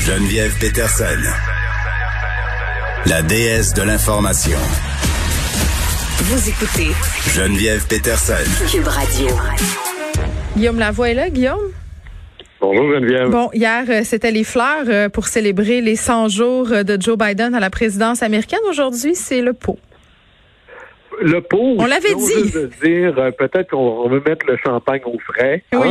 Geneviève Peterson, la déesse de l'information. Vous écoutez Geneviève Peterson, Cube Radio. Guillaume Lavoie est là, Guillaume? Bonjour Geneviève. Bon, hier, c'était les fleurs pour célébrer les 100 jours de Joe Biden à la présidence américaine. Aujourd'hui, c'est le pot. Le pot, on l'avait dit. De dire, peut-être qu'on veut mettre le champagne au frais. Oui.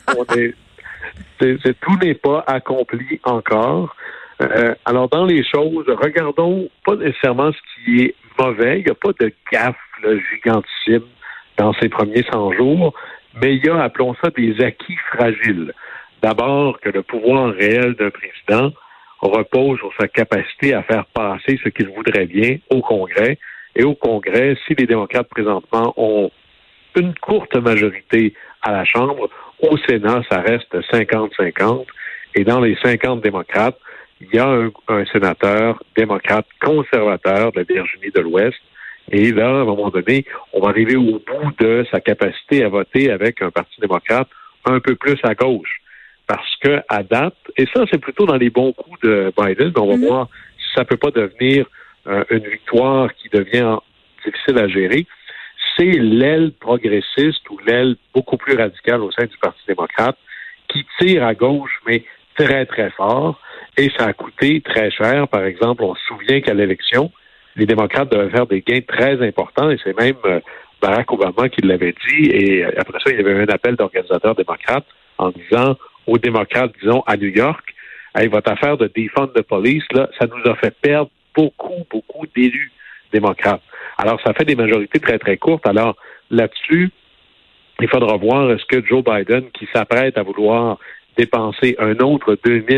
Tout n'est pas accompli encore. Alors, dans les choses, regardons pas nécessairement ce qui est mauvais. Il n'y a pas de gaffe gigantissime dans ces premiers 100 jours, mais il y a, appelons ça, des acquis fragiles. D'abord, que le pouvoir réel d'un président repose sur sa capacité à faire passer ce qu'il voudrait bien au Congrès. Et au Congrès, si les démocrates présentement ont une courte majorité à la Chambre, au Sénat, ça reste 50-50. Et dans les 50 démocrates, il y a un sénateur démocrate conservateur de la Virginie de l'Ouest. Et là, à un moment donné, on va arriver au bout de sa capacité à voter avec un parti démocrate un peu plus à gauche. Parce que à date, et ça, c'est plutôt dans les bons coups de Biden, on va voir si ça peut pas devenir une victoire qui devient difficile à gérer, c'est l'aile progressiste ou l'aile beaucoup plus radicale au sein du Parti démocrate qui tire à gauche, mais très, très fort. Et ça a coûté très cher. Par exemple, on se souvient qu'à l'élection, les démocrates devaient faire des gains très importants, et c'est même Barack Obama qui l'avait dit. Et après ça, il y avait un appel d'organisateurs démocrates en disant aux démocrates, disons, à New York, hey, votre affaire de defund the police, là, ça nous a fait perdre beaucoup d'élus démocrates. Alors, ça fait des majorités très, très courtes. Alors, là-dessus, il faudra voir est-ce que Joe Biden, qui s'apprête à vouloir dépenser un autre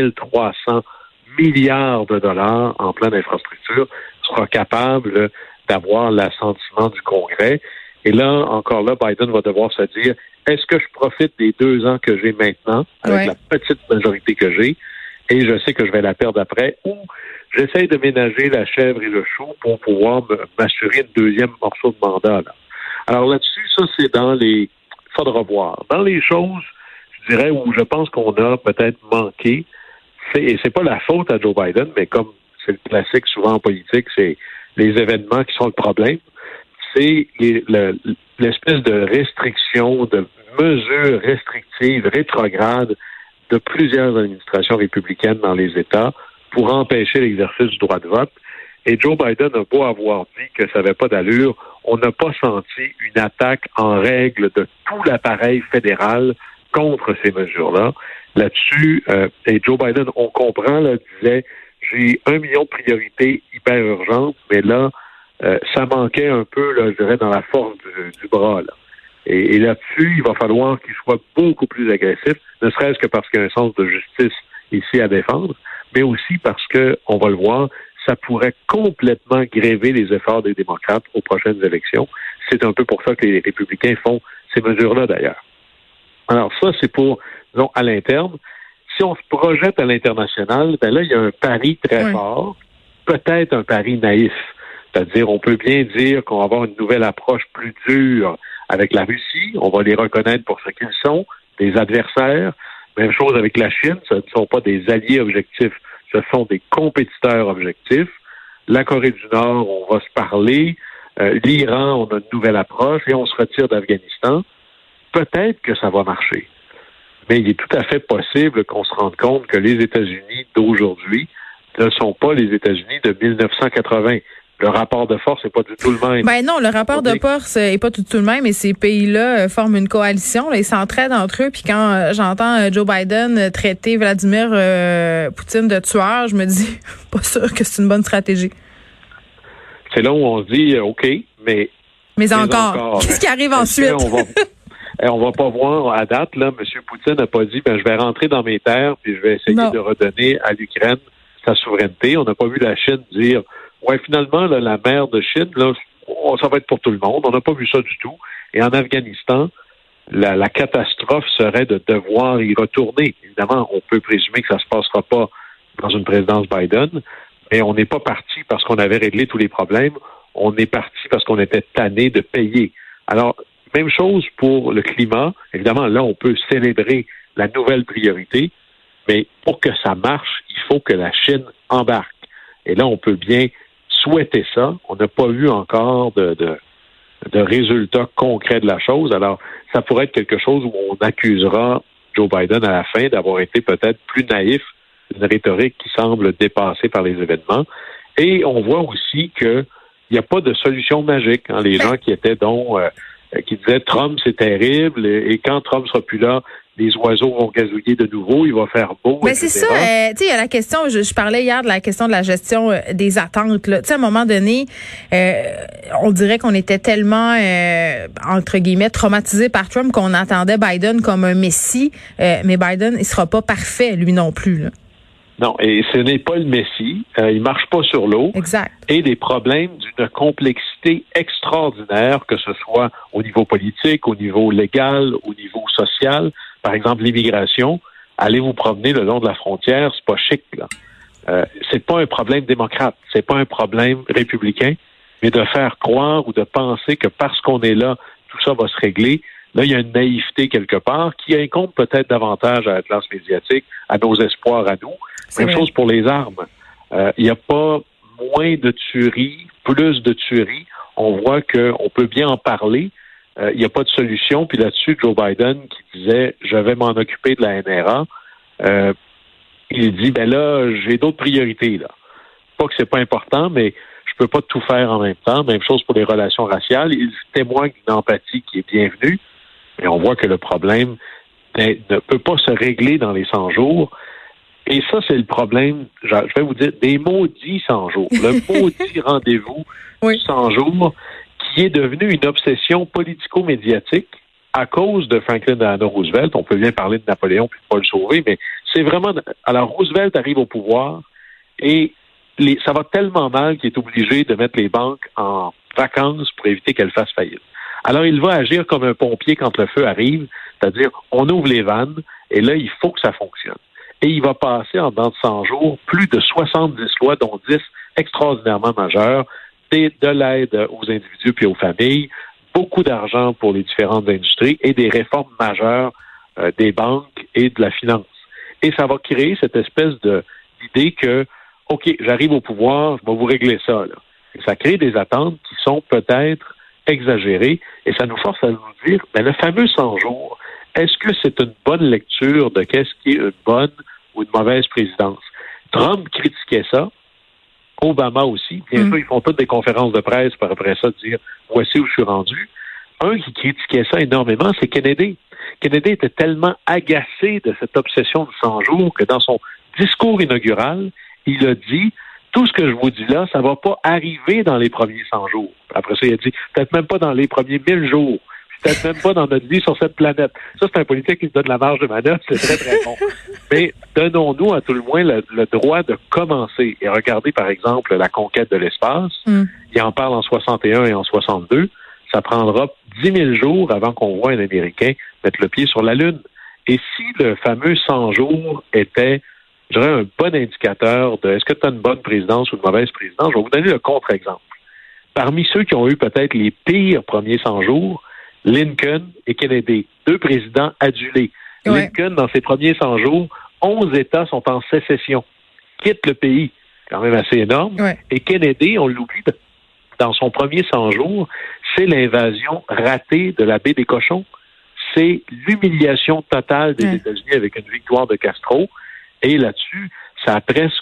2300 milliards de dollars en pleine infrastructure, sera capable d'avoir l'assentiment du Congrès. Et là, encore là, Biden va devoir se dire, est-ce que je profite des 2 ans que j'ai maintenant, avec la petite majorité que j'ai, et je sais que je vais la perdre après, ou j'essaie de ménager la chèvre et le chou pour pouvoir m'assurer une deuxième morceau de mandat. Là. Alors là-dessus, ça, c'est dans les... faudra voir. Dans les choses, je dirais, où je pense qu'on a peut-être manqué, et c'est pas la faute à Joe Biden, mais comme c'est le classique souvent en politique, c'est les événements qui sont le problème, c'est l'espèce de restriction, de mesures restrictives, rétrogrades de plusieurs administrations républicaines dans les États pour empêcher l'exercice du droit de vote. Et Joe Biden a beau avoir dit que ça n'avait pas d'allure, on n'a pas senti une attaque en règle de tout l'appareil fédéral contre ces mesures-là. Là-dessus, et Joe Biden, on comprend, là, disait, j'ai 1 million de priorités hyper urgentes, mais là, ça manquait un peu, là, je dirais, dans la force du bras, là. Et là-dessus, il va falloir qu'il soit beaucoup plus agressif, ne serait-ce que parce qu'il y a un sens de justice ici à défendre, mais aussi parce que, on va le voir, ça pourrait complètement gréver les efforts des démocrates aux prochaines élections. C'est un peu pour ça que les républicains font ces mesures-là, d'ailleurs. Alors ça, c'est pour, disons, à l'interne. Si on se projette à l'international, ben là, il y a un pari très fort, peut-être un pari naïf. C'est-à-dire, on peut bien dire qu'on va avoir une nouvelle approche plus dure avec la Russie. On va les reconnaître pour ce qu'ils sont, des adversaires. Même chose avec la Chine. Ce ne sont pas des alliés objectifs. Ce sont des compétiteurs objectifs. La Corée du Nord, on va se parler. L'Iran, on a une nouvelle approche et on se retire d'Afghanistan. Peut-être que ça va marcher. Mais il est tout à fait possible qu'on se rende compte que les États-Unis d'aujourd'hui ne sont pas les États-Unis de 1980. Le rapport de force n'est pas du tout le même. Ben non, le rapport de force n'est pas du tout le même et ces pays-là forment une coalition. Là, ils s'entraident entre eux. Puis quand j'entends Joe Biden traiter Vladimir Poutine de tueur, je me dis pas sûr que c'est une bonne stratégie. C'est là où on se dit OK, mais encore. Qu'est-ce qui arrive ensuite? On va pas voir à date, là, M. Poutine n'a pas dit, je vais rentrer dans mes terres puis je vais essayer de redonner à l'Ukraine sa souveraineté. On n'a pas vu la Chine dire, finalement, là, la mer de Chine, là, ça va être pour tout le monde. On n'a pas vu ça du tout. Et en Afghanistan, la catastrophe serait de devoir y retourner. Évidemment, on peut présumer que ça se passera pas dans une présidence Biden, mais on n'est pas parti parce qu'on avait réglé tous les problèmes. On est parti parce qu'on était tanné de payer. Alors, même chose pour le climat. Évidemment, là, on peut célébrer la nouvelle priorité, mais pour que ça marche, il faut que la Chine embarque. Et là, on peut bien souhaiter ça. On n'a pas vu encore de résultats concrets de la chose. Alors, ça pourrait être quelque chose où on accusera Joe Biden à la fin d'avoir été peut-être plus naïf, une rhétorique qui semble dépassée par les événements. Et on voit aussi qu'il n'y a pas de solution magique. Hein. Les gens qui étaient qui disaient Trump, c'est terrible, et quand Trump sera plus là, les oiseaux vont gazouiller de nouveau, il va faire beau. Mais c'est ça, tu sais, il y a la question, je parlais hier de la question de la gestion des attentes. Tu sais, à un moment donné, on dirait qu'on était tellement, entre guillemets, traumatisé par Trump qu'on attendait Biden comme un messie. Mais Biden, il sera pas parfait, lui non plus, là. Non, et ce n'est pas le messie. Il marche pas sur l'eau. Exact. Et des problèmes d'une complexité extraordinaire, que ce soit au niveau politique, au niveau légal, au niveau social. Par exemple, l'immigration. Allez vous promener le long de la frontière, c'est pas chic, là. C'est pas un problème démocrate, c'est pas un problème républicain, mais de faire croire ou de penser que parce qu'on est là, tout ça va se régler. Là, il y a une naïveté quelque part qui incombe peut-être davantage à la classe médiatique, à nos espoirs, à nous. Même chose pour les armes. Il n'y a pas moins de tueries, plus de tueries. On voit qu'on peut bien en parler. Il n'y a pas de solution. Puis là-dessus, Joe Biden qui disait « je vais m'en occuper de la NRA », il dit « ben là, j'ai d'autres priorités. » là. Pas que c'est pas important, mais je peux pas tout faire en même temps. Même chose pour les relations raciales. Il témoigne d'une empathie qui est bienvenue. Et on voit que le problème ne peut pas se régler dans les 100 jours. Et ça, c'est le problème, je vais vous dire, des maudits 100 jours. Le maudit rendez-vous 100 jours qui est devenu une obsession politico-médiatique à cause de Franklin Delano Roosevelt. On peut bien parler de Napoléon puis de Paul Sauvé, mais c'est vraiment... Alors, Roosevelt arrive au pouvoir et ça va tellement mal qu'il est obligé de mettre les banques en vacances pour éviter qu'elles fassent faillite. Alors, il va agir comme un pompier quand le feu arrive, c'est-à-dire, on ouvre les vannes, et là, il faut que ça fonctionne. Et il va passer, en dans de 100 jours, plus de 70 lois, dont 10 extraordinairement majeures, de l'aide aux individus puis aux familles, beaucoup d'argent pour les différentes industries et des réformes majeures des banques et de la finance. Et ça va créer cette espèce d'idée que, OK, j'arrive au pouvoir, je vais vous régler ça, là. Et ça crée des attentes qui sont peut-être exagéré, et ça nous force à nous dire, ben, le fameux 100 jours, est-ce que c'est une bonne lecture de qu'est-ce qui est une bonne ou une mauvaise présidence? Trump critiquait ça, Obama aussi, bien sûr, ils font toutes des conférences de presse pour après ça dire, voici où je suis rendu. Un qui critiquait ça énormément, c'est Kennedy. Kennedy était tellement agacé de cette obsession de 100 jours que dans son discours inaugural, il a dit, tout ce que je vous dis là, ça va pas arriver dans les premiers 100 jours. Après ça, il a dit, peut-être même pas dans les premiers 1000 jours. Peut-être même pas dans notre vie sur cette planète. Ça, c'est un politique qui se donne la marge de manœuvre, c'est très, très bon. Mais donnons-nous à tout le moins le droit de commencer. Et regardez, par exemple, la conquête de l'espace. Il en parle en 61 et en 62. Ça prendra 10 000 jours avant qu'on voit un Américain mettre le pied sur la Lune. Et si le fameux 100 jours était, je dirais, un bon indicateur de est-ce que tu as une bonne présidence ou une mauvaise présidence, je vais vous donner le contre-exemple. Parmi ceux qui ont eu peut-être les pires premiers 100 jours, Lincoln et Kennedy, deux présidents adulés. Ouais. Lincoln, dans ses premiers 100 jours, 11 États sont en sécession, quittent le pays, quand même assez énorme. Ouais. Et Kennedy, on l'oublie, dans son premier 100 jours, c'est l'invasion ratée de la baie des Cochons. C'est l'humiliation totale des États-Unis avec une victoire de Castro. Et là-dessus, ça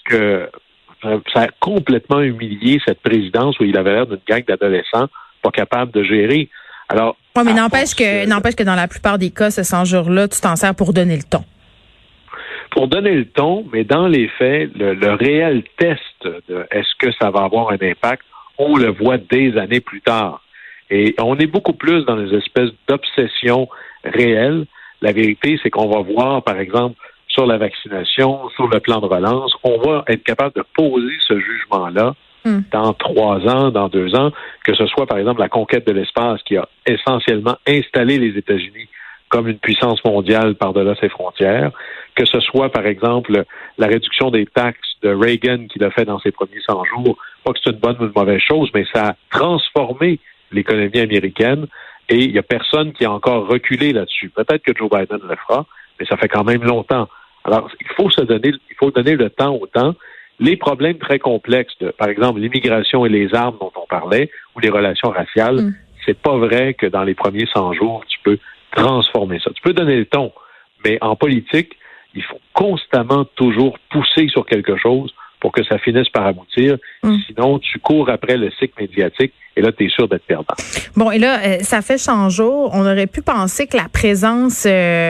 a complètement humilié cette présidence où il avait l'air d'une gang d'adolescents pas capables de gérer. Alors, mais n'empêche que dans la plupart des cas, ce 100 jours-là, tu t'en sers pour donner le ton. Pour donner le ton, mais dans les faits, le réel test de est-ce que ça va avoir un impact, on le voit des années plus tard. Et on est beaucoup plus dans des espèces d'obsessions réelles. La vérité, c'est qu'on va voir, par exemple, sur la vaccination, sur le plan de relance, on va être capable de poser ce jugement-là dans 3 ans, dans 2 ans, que ce soit, par exemple, la conquête de l'espace qui a essentiellement installé les États-Unis comme une puissance mondiale par-delà ses frontières, que ce soit, par exemple, la réduction des taxes de Reagan qu'il a fait dans ses premiers 100 jours. Pas que c'est une bonne ou une mauvaise chose, mais ça a transformé l'économie américaine et il n'y a personne qui a encore reculé là-dessus. Peut-être que Joe Biden le fera, mais ça fait quand même longtemps. Alors, il faut donner le temps au temps. Les problèmes très complexes, par exemple l'immigration et les armes dont on parlait, ou les relations raciales, c'est pas vrai que dans les premiers 100 jours, tu peux transformer ça. Tu peux donner le ton, mais en politique, il faut constamment toujours pousser sur quelque chose pour que ça finisse par aboutir. Sinon, tu cours après le cycle médiatique et là, tu es sûr d'être perdant. Bon, et là, ça fait 100 jours. On aurait pu penser que la présence,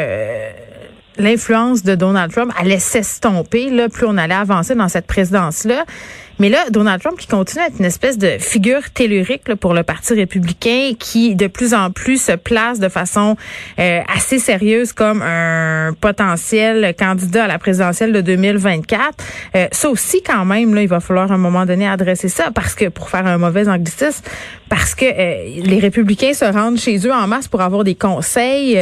l'influence de Donald Trump allait s'estomper, là, plus on allait avancer dans cette présidence-là. Mais là, Donald Trump qui continue à être une espèce de figure tellurique là, pour le Parti républicain, qui de plus en plus se place de façon assez sérieuse comme un potentiel candidat à la présidentielle de 2024. Ça aussi, quand même, là, il va falloir à un moment donné adresser ça, parce que, pour faire un mauvais anglicisme, parce que les républicains se rendent chez eux en masse pour avoir des conseils.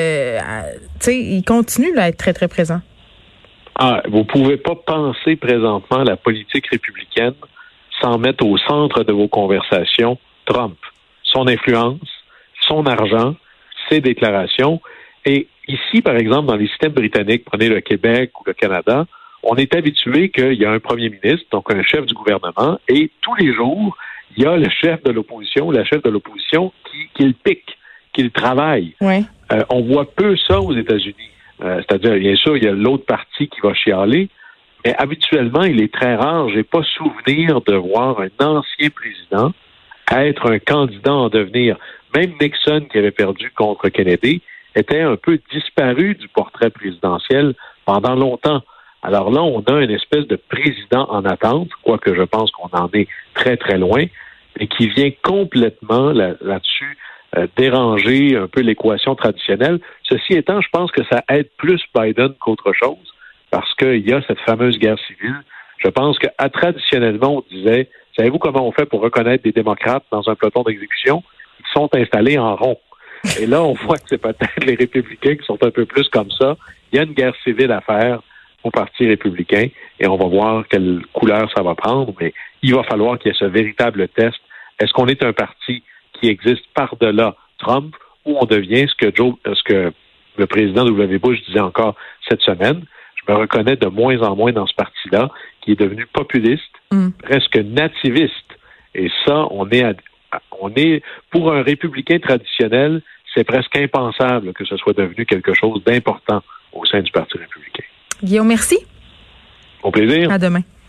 Tu sais, ils continuent là, à être très, très présents. Vous pouvez pas penser présentement la politique républicaine sans mettre au centre de vos conversations Trump, son influence, son argent, ses déclarations. Et ici, par exemple, dans les systèmes britanniques, prenez le Québec ou le Canada, on est habitué qu'il y a un premier ministre, donc un chef du gouvernement, et tous les jours, il y a le chef de l'opposition, la chef de l'opposition qui le pique, qui le travaille. Ouais. On voit peu ça aux États-Unis. C'est-à-dire, bien sûr, il y a l'autre parti qui va chialer, mais habituellement, il est très rare, j'ai pas souvenir de voir un ancien président être un candidat en devenir. Même Nixon, qui avait perdu contre Kennedy, était un peu disparu du portrait présidentiel pendant longtemps. Alors là, on a une espèce de président en attente, quoique je pense qu'on en est très, très loin, mais qui vient complètement là-dessus déranger un peu l'équation traditionnelle. Ceci étant, je pense que ça aide plus Biden qu'autre chose, parce qu'il y a cette fameuse guerre civile. Je pense que traditionnellement, on disait, savez-vous comment on fait pour reconnaître des démocrates dans un peloton d'exécution? Ils sont installés en rond. Et là, on voit que c'est peut-être les républicains qui sont un peu plus comme ça. Il y a une guerre civile à faire au Parti républicain, et on va voir quelle couleur ça va prendre, mais il va falloir qu'il y ait ce véritable test. Est-ce qu'on est un parti qui existe par-delà Trump, ou on devient ce que le président W. Bush disait encore cette semaine? Je me reconnais de moins en moins dans ce parti-là, qui est devenu populiste, presque nativiste. Et ça, on est pour un républicain traditionnel, c'est presque impensable que ce soit devenu quelque chose d'important au sein du Parti républicain. Guillaume, merci. Au plaisir. À demain.